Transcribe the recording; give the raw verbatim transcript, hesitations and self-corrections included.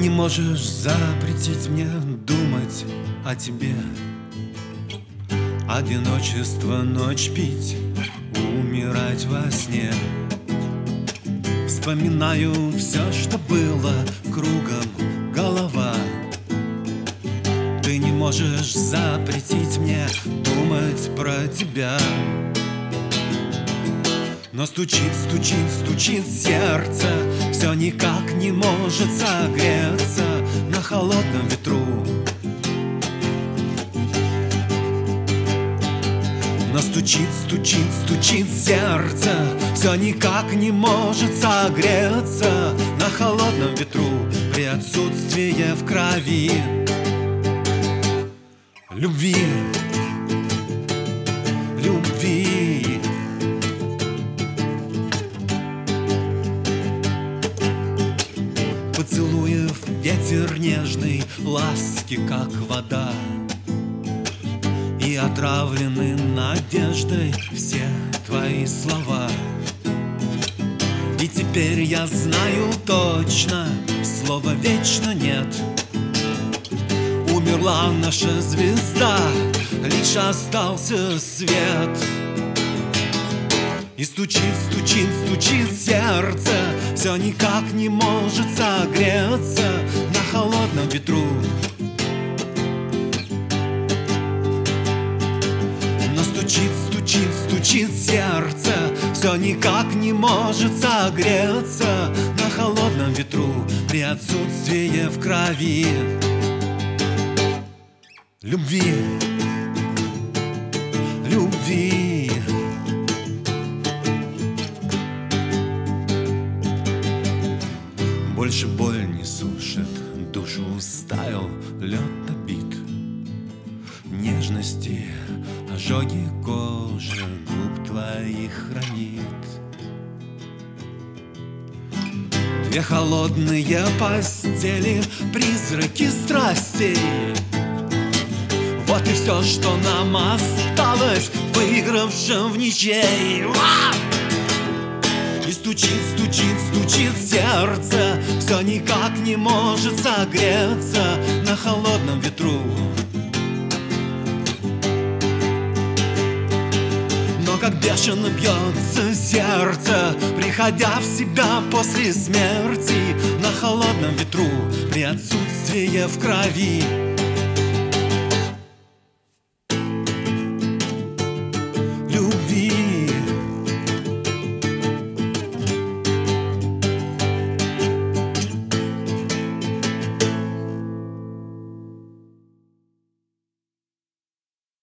не можешь запретить мне думать о тебе. Одиночество, ночь пить, умирать во сне. Вспоминаю все, что было, кругом голова. Ты не можешь запретить мне думать про тебя. Но стучит, стучит, стучит сердце, все никак не может согреться на холодном ветру. Но стучит, стучит, стучит сердце, все никак не может согреться на холодном ветру при отсутствии в крови любви, любви. Поцелуев ветер нежный, ласки, как вода, и отравлены надеждой все твои слова. И теперь я знаю точно, слова вечно нет. Умерла наша звезда, лишь остался свет. И стучит, стучит, стучит сердце, все никак не может согреться на холодном ветру. Но стучит, стучит, стучит сердце, все никак не может согреться на холодном ветру при отсутствии в крови любви, любви. Больше боль не сушит, душу стаял лед набит. Нежности, ожоги кожи губ твоих хранит. Две холодные постели, призраки страстей. Вот и все, что нам осталось, выигравшим в ничей. И стучит, стучит, стучит сердце, все никак не может согреться на холодном ветру. Но как бешено бьется сердце, приходя в себя после смерти на холодном ветру при отсутствии в крови